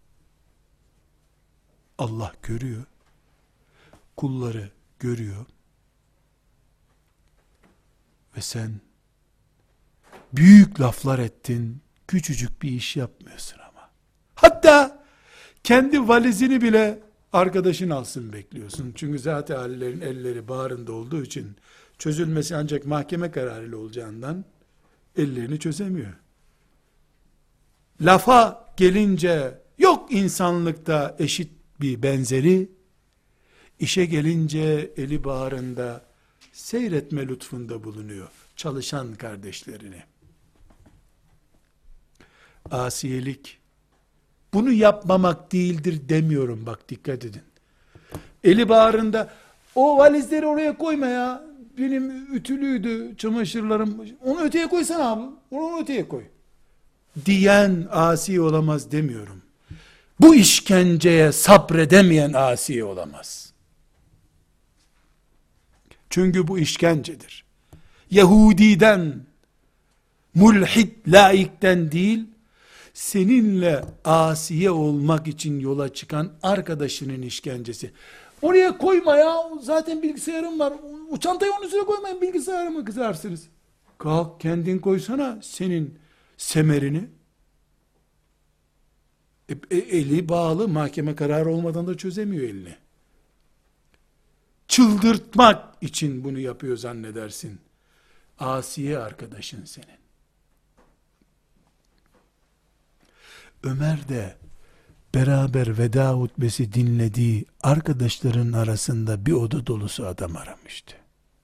Allah görüyor. Kulları görüyor. Ve sen büyük laflar ettin, küçücük bir iş yapmıyorsun ama. Hatta kendi valizini bile arkadaşın alsın bekliyorsun. Çünkü zaten hallerin elleri bağrında olduğu için çözülmesi ancak mahkeme kararıyla olacağından ellerini çözemiyor. Lafa gelince yok insanlıkta eşit bir benzeri, işe gelince eli bağrında seyretme lütfunda bulunuyor çalışan kardeşlerini. Asiyelik, bunu yapmamak değildir demiyorum, bak dikkat edin. Eli bağrında, O valizleri oraya koyma ya. Benim ütülüydü çamaşırlarım. Onu öteye koysana abi. Onu öteye koy. Diyen asi olamaz demiyorum. Bu işkenceye sabredemeyen asi olamaz. Çünkü bu işkencedir. Yahudiden, mulhid laikten değil, seninle asiye olmak için yola çıkan arkadaşının işkencesi. Oraya koyma ya, zaten bilgisayarım var. O çantayı onun üstüne koymayın, bilgisayarımı kızarsınız. Kalk kendin koysana senin semerini. E, e, eli bağlı, mahkeme kararı olmadan da çözemiyor elini. Çıldırtmak için bunu yapıyor zannedersin. Asiye arkadaşın senin. Ömer de beraber veda hutbesi dinlediği arkadaşların arasında bir oda dolusu adam aramıştı.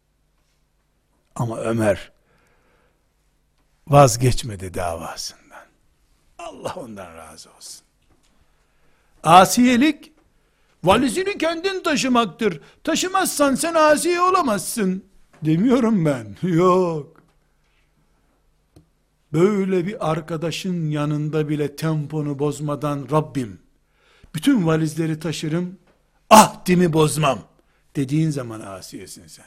Ama Ömer vazgeçmedi davasından. Allah ondan razı olsun. Asiyelik valizini kendin taşımaktır. Taşımazsan sen asiye olamazsın demiyorum ben. Yok. Böyle bir arkadaşın yanında bile temponu bozmadan Rabbim bütün valizleri taşırım, ahdimi bozmam dediğin zaman asiyesin sen.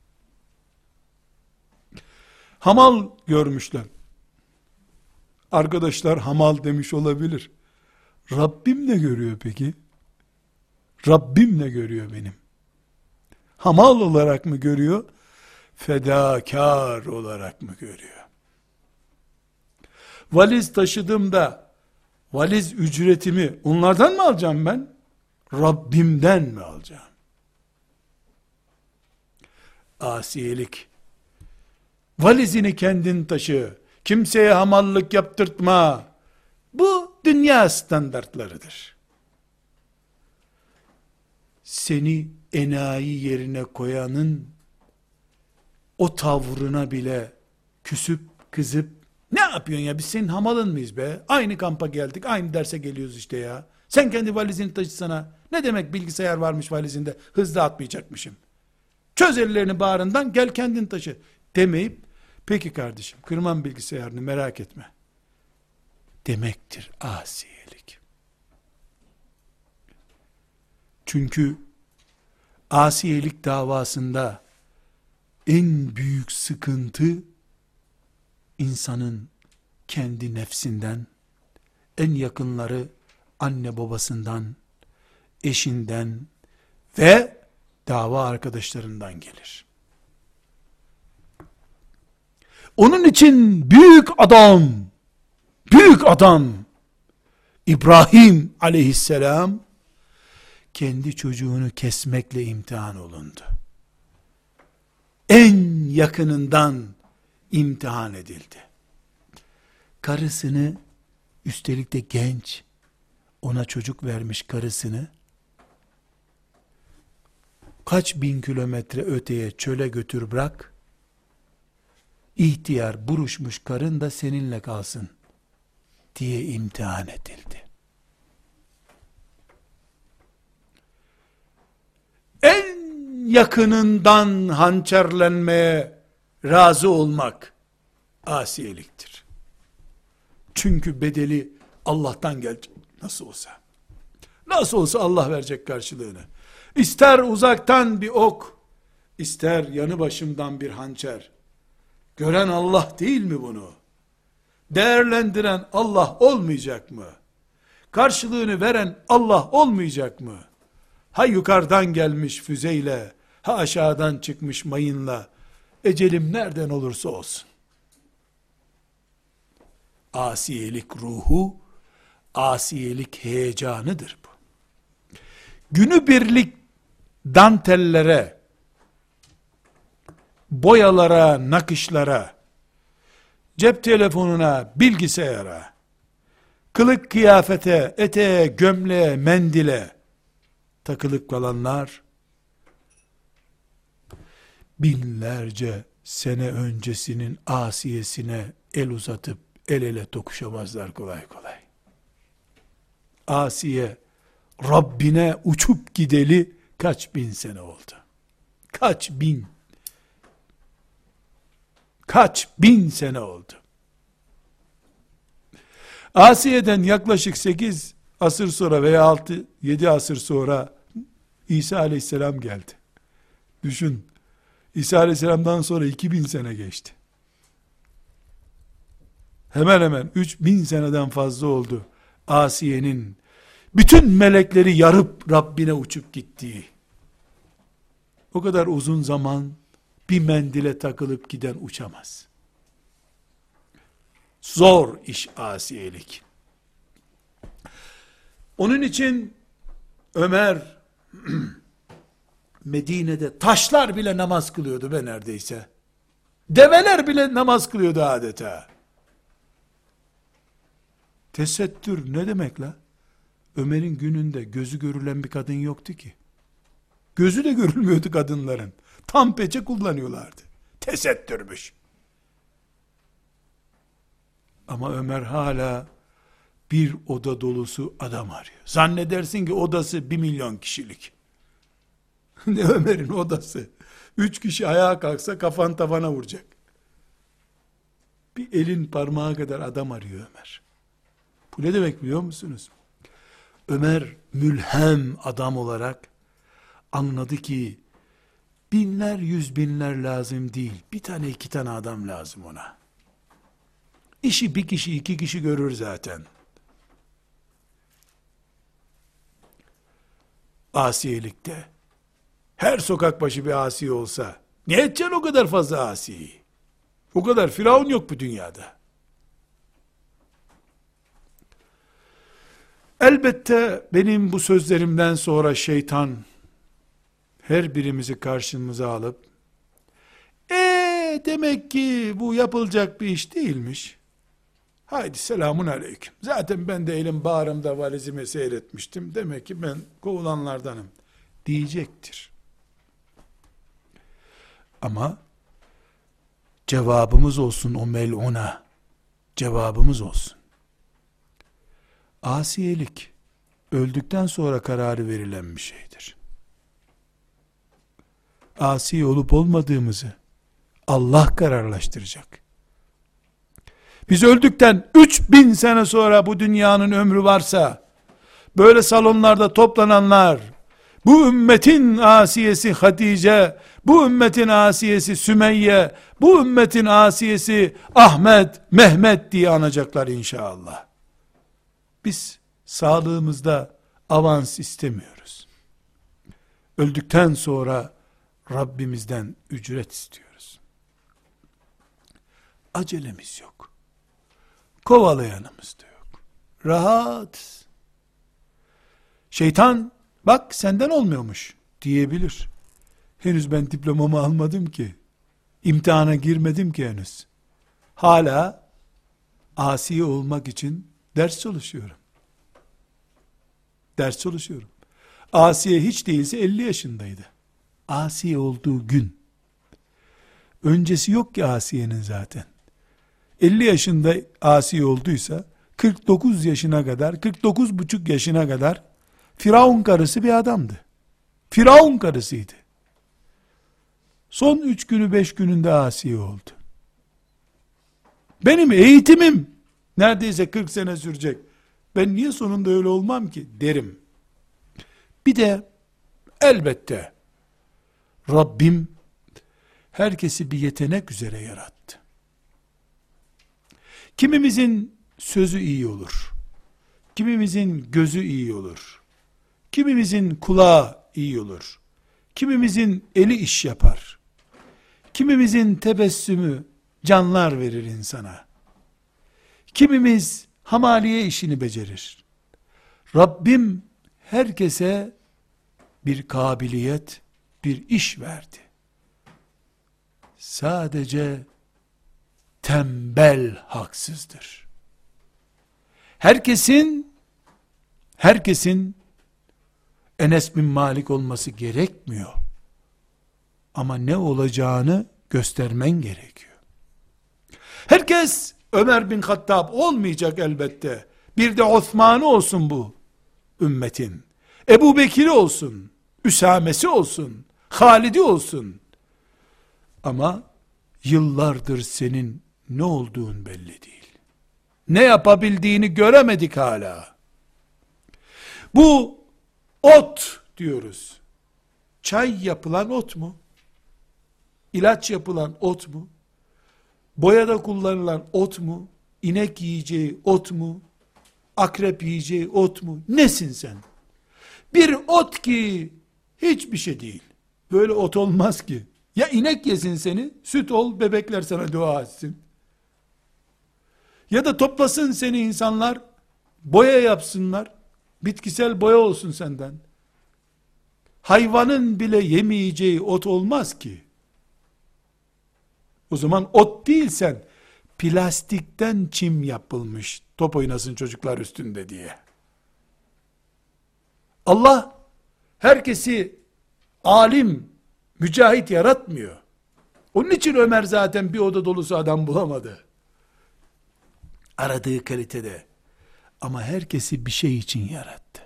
Hamal görmüşler. Arkadaşlar hamal demiş olabilir. Rabbim ne görüyor peki? Rabbim ne görüyor benim? Hamal olarak mı görüyor? Fedakar olarak mı görüyor? Valiz taşıdığımda valiz ücretimi onlardan mı alacağım ben? Rabbimden mi alacağım? Asiyelik. Valizini kendin taşı. Kimseye hamallık yaptırtma. Bu dünya standartlarıdır. Seni enayi yerine koyanın o tavrına bile küsüp kızıp ne yapıyorsun ya, biz senin hamalın mıyız be? Aynı kampa geldik, aynı derse geliyoruz işte ya. Sen kendi valizini taşısana. Ne demek bilgisayar varmış valizinde, hızlı atmayacakmışım. Çöz ellerini bağrından, gel kendin taşı demeyip, peki kardeşim kırmam bilgisayarını, merak etme demektir asiyelik. Çünkü asiyelik davasında en büyük sıkıntı insanın kendi nefsinden, en yakınları anne babasından, eşinden ve dava arkadaşlarından gelir. Onun için büyük adam, büyük adam İbrahim aleyhisselam kendi çocuğunu kesmekle imtihan olundu. En yakınından imtihan edildi. Karısını, üstelik de genç, ona çocuk vermiş karısını, kaç bin kilometre öteye çöle götür bırak, ihtiyar buruşmuş karın da seninle kalsın diye imtihan edildi. En yakınından hançerlenmeye razı olmak asiyeliktir. Çünkü bedeli Allah'tan gelecek. Nasıl olsa. Nasıl olsa Allah verecek karşılığını. İster uzaktan bir ok, ister yanı başımdan bir hançer. Gören Allah değil mi bunu? Değerlendiren Allah olmayacak mı? Karşılığını veren Allah olmayacak mı? Ha yukarıdan gelmiş füzeyle, ha aşağıdan çıkmış mayınla, ecelim nereden olursa olsun. Asiyelik ruhu, asiyelik heyecanıdır bu. Günübirlik dantellere, boyalara, nakışlara, cep telefonuna, bilgisayara, kılık kıyafete, eteğe, gömleğe, mendile takılıp kalanlar, binlerce sene öncesinin asiyesine el uzatıp el ele tokuşamazlar kolay kolay. Asiye Rabbine uçup gideli kaç bin sene oldu. Kaç bin, kaç bin sene oldu. Asiye'den yaklaşık sekiz asır sonra veya altı yedi asır sonra İsa aleyhisselam geldi. Düşün, İsa aleyhisselamdan sonra iki bin sene geçti. Hemen hemen üç bin seneden fazla oldu Asiye'nin bütün melekleri yarıp Rabbine uçup gittiği. O kadar uzun zaman bir mendile takılıp giden uçamaz. Zor iş asiyelik. Onun için Ömer Medine'de taşlar bile namaz kılıyordu be neredeyse. Develer bile namaz kılıyordu adeta. Tesettür ne demek la? Ömer'in gününde gözü görülen bir kadın yoktu ki. Gözü de görülmüyordu kadınların. Tam peçe kullanıyorlardı. Tesettürmüş. Ama Ömer hala bir oda dolusu adam arıyor. Zannedersin ki odası bir milyon kişilik. Ne Ömer'in odası? Üç kişi ayağa kalksa kafan tavana vuracak. Bir elin parmağı kadar adam arıyor Ömer. Bu ne demek biliyor musunuz? Ömer mülhem adam olarak anladı ki binler yüz binler lazım değil. Bir tane iki tane adam lazım ona. İşi bir kişi iki kişi görür zaten. Asiyelikte her sokak başı bir asi olsa ne edeceksin o kadar fazla asiyi? O kadar firavun yok bu dünyada. Elbette benim bu sözlerimden sonra şeytan her birimizi karşımıza alıp ee demek ki bu yapılacak bir iş değilmiş. Haydi selamun aleyküm. Zaten ben de elim bağrımda valizimi seyretmiştim. Demek ki ben kovulanlardanım diyecektir. Ama cevabımız olsun o mel'una. Cevabımız olsun. Asiyelik öldükten sonra kararı verilen bir şeydir. Asi olup olmadığımızı Allah kararlaştıracak. Biz öldükten üç bin sene sonra bu dünyanın ömrü varsa, böyle salonlarda toplananlar, bu ümmetin asiyesi Hatice, bu ümmetin asiyesi Sümeyye, bu ümmetin asiyesi Ahmet, Mehmet diye anacaklar inşallah. Biz sağlığımızda avans istemiyoruz. Öldükten sonra Rabbimizden ücret istiyoruz. Acelemiz yok. Kovalayanımız da yok. Rahat. Şeytan bak senden olmuyormuş diyebilir. Henüz ben diplomamı almadım ki. İmtihana girmedim ki henüz. Hala asi olmak için ders çalışıyorum. Ders çalışıyorum. Asiye hiç değilse elli yaşındaydı. Asi olduğu gün. Öncesi yok ki Asiye'nin zaten. elli yaşında asi olduysa kırk dokuz yaşına kadar, kırk dokuz buçuk yaşına kadar Firavun karısı bir adamdı. Firavun karısıydı. Son üç günü beş gününde asi oldu. Benim eğitimim neredeyse kırk sene sürecek. Ben niye sonunda öyle olmam ki derim. Bir de elbette Rabbim herkesi bir yetenek üzere yarattı. Kimimizin sözü iyi olur. Kimimizin gözü iyi olur. Kimimizin kulağı iyi olur. Kimimizin eli iş yapar. Kimimizin tebessümü canlar verir insana. Kimimiz hamaliye işini becerir. Rabbim herkese bir kabiliyet, bir iş verdi. Sadece tembel haksızdır. Herkesin herkesin Enes bin Malik olması gerekmiyor. Ama ne olacağını göstermen gerekiyor. Herkes Ömer bin Hattab olmayacak elbette. Bir de Osman'ı olsun bu ümmetin. Ebu Bekir'i olsun, Üsamesi olsun, Halidi olsun. Ama yıllardır senin ne olduğun belli değil. Ne yapabildiğini göremedik hala. Bu ot diyoruz. Çay yapılan ot mu? İlaç yapılan ot mu? Boyada kullanılan ot mu? İnek yiyeceği ot mu? Akrep yiyeceği ot mu? Nesin sen? Bir ot ki hiçbir şey değil. Böyle ot olmaz ki. Ya inek yesin seni, süt ol, bebekler sana dua etsin. Ya da toplasın seni insanlar, boya yapsınlar, bitkisel boya olsun senden. Hayvanın bile yemeyeceği ot olmaz ki. O zaman ot değilsen, plastikten çim yapılmış, top oynasın çocuklar üstünde diye. Allah, herkesi alim, mücahit yaratmıyor. Onun için Ömer zaten bir oda dolusu adam bulamadı. Aradığı kalitede. Ama herkesi bir şey için yarattı.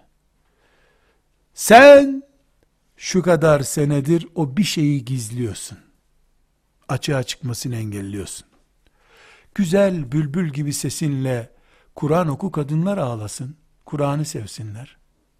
Sen şu kadar senedir o bir şeyi gizliyorsun. Açığa çıkmasını engelliyorsun. Güzel bülbül gibi sesinle Kur'an oku, kadınlar ağlasın. Kur'an'ı sevsinler.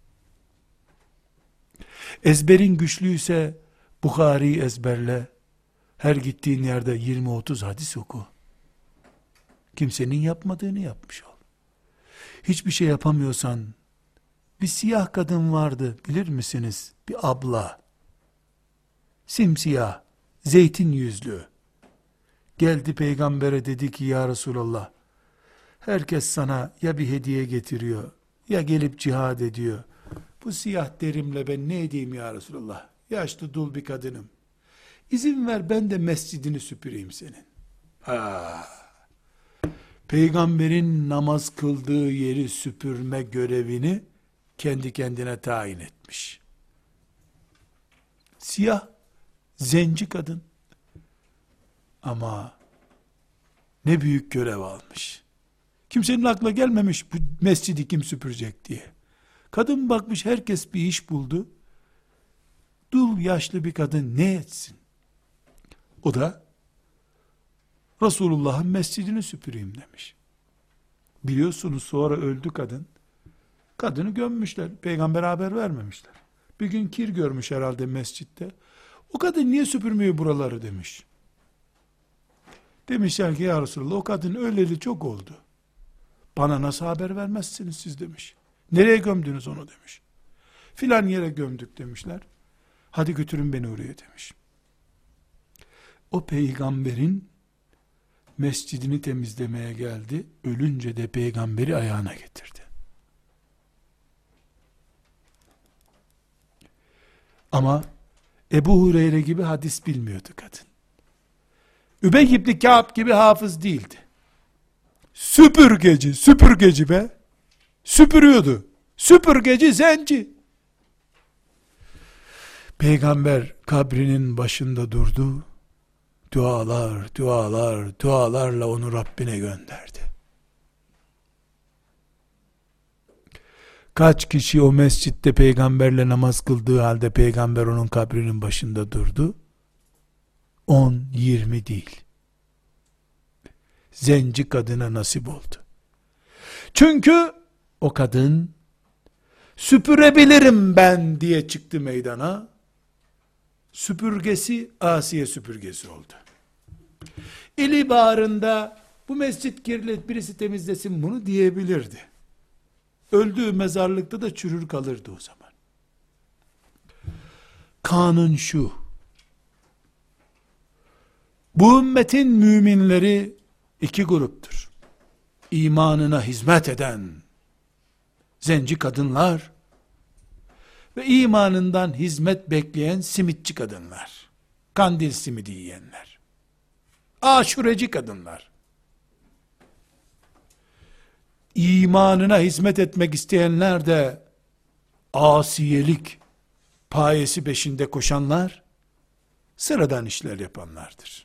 Ezberin güçlüyse Bukhari'yi ezberle. Her gittiğin yerde yirmi otuz hadis oku. Kimsenin yapmadığını yapmış ol. Hiçbir şey yapamıyorsan, bir siyah kadın vardı, bilir misiniz? Bir abla. Simsiyah, zeytin yüzlü. Geldi peygambere, dedi ki ya Resulallah, herkes sana ya bir hediye getiriyor, ya gelip cihad ediyor. Bu siyah derimle ben ne edeyim ya Resulallah? Yaşlı dul bir kadınım. İzin ver ben de mescidini süpüreyim senin. Ha. Peygamberin namaz kıldığı yeri süpürme görevini kendi kendine tayin etmiş. Siyah, zenci kadın. Ama ne büyük görev almış. Kimsenin aklına gelmemiş bu mescidi kim süpürecek diye. Kadın bakmış, herkes bir iş buldu. Dul yaşlı bir kadın ne etsin? O da Resulullah'ın mescidini süpüreyim demiş. Biliyorsunuz sonra öldü kadın. Kadını gömmüşler. Peygamber haber vermemişler. Bir gün kir görmüş herhalde mescitte. O kadın niye süpürmüyor buraları demiş. Demişler ki ya Resulallah, o kadın öleli çok oldu. Bana nasıl haber vermezsiniz siz demiş. Nereye gömdünüz onu demiş. Filan yere gömdük demişler. Hadi götürün beni oraya demiş. O peygamberin mescidini temizlemeye geldi. Ölünce de peygamberi ayağına getirdi. Ama Ebu Hureyre gibi hadis bilmiyordu kadın. Übey ibn Kâb gibi hafız değildi. Süpürgeci, süpürgeci be. Süpürüyordu. Süpürgeci, zenci. Peygamber kabrinin başında durdu. Dualar, dualar, dualarla onu Rabbine gönderdi. Kaç kişi o mescitte peygamberle namaz kıldığı halde peygamber onun kabrinin başında durdu? On, yirmi değil. Zenci kadına nasip oldu. Çünkü o kadın süpürebilirim ben diye çıktı meydana. Süpürgesi Asiye süpürgesi oldu. İli bağrında bu mescit kirli, birisi temizlesin bunu diyebilirdi. Öldüğü mezarlıkta da çürür kalırdı o zaman. Kanun şu: bu ümmetin müminleri iki gruptur. İmanına hizmet eden zenci kadınlar ve imanından hizmet bekleyen simitçi kadınlar. Kandil simidi yiyenler. Aşureci kadınlar. İmanına hizmet etmek isteyenler de asiyelik payesi peşinde koşanlar, sıradan işler yapanlardır.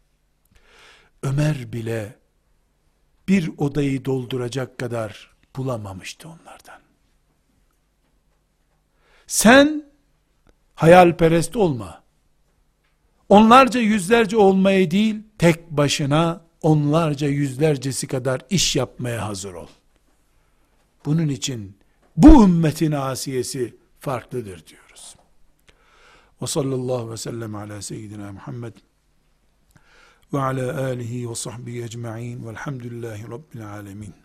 Ömer bile bir odayı dolduracak kadar bulamamıştı onlardan. Sen hayalperest olma. Onlarca yüzlerce olmaya değil, tek başına onlarca yüzlercesi kadar iş yapmaya hazır ol. Bunun için bu ümmetin asiyesi farklıdır diyoruz. Ve sallallahu ve sellem ala seyyidina Muhammed ve ala alihi ve sahbihi ecma'in velhamdülillahi rabbil alemin.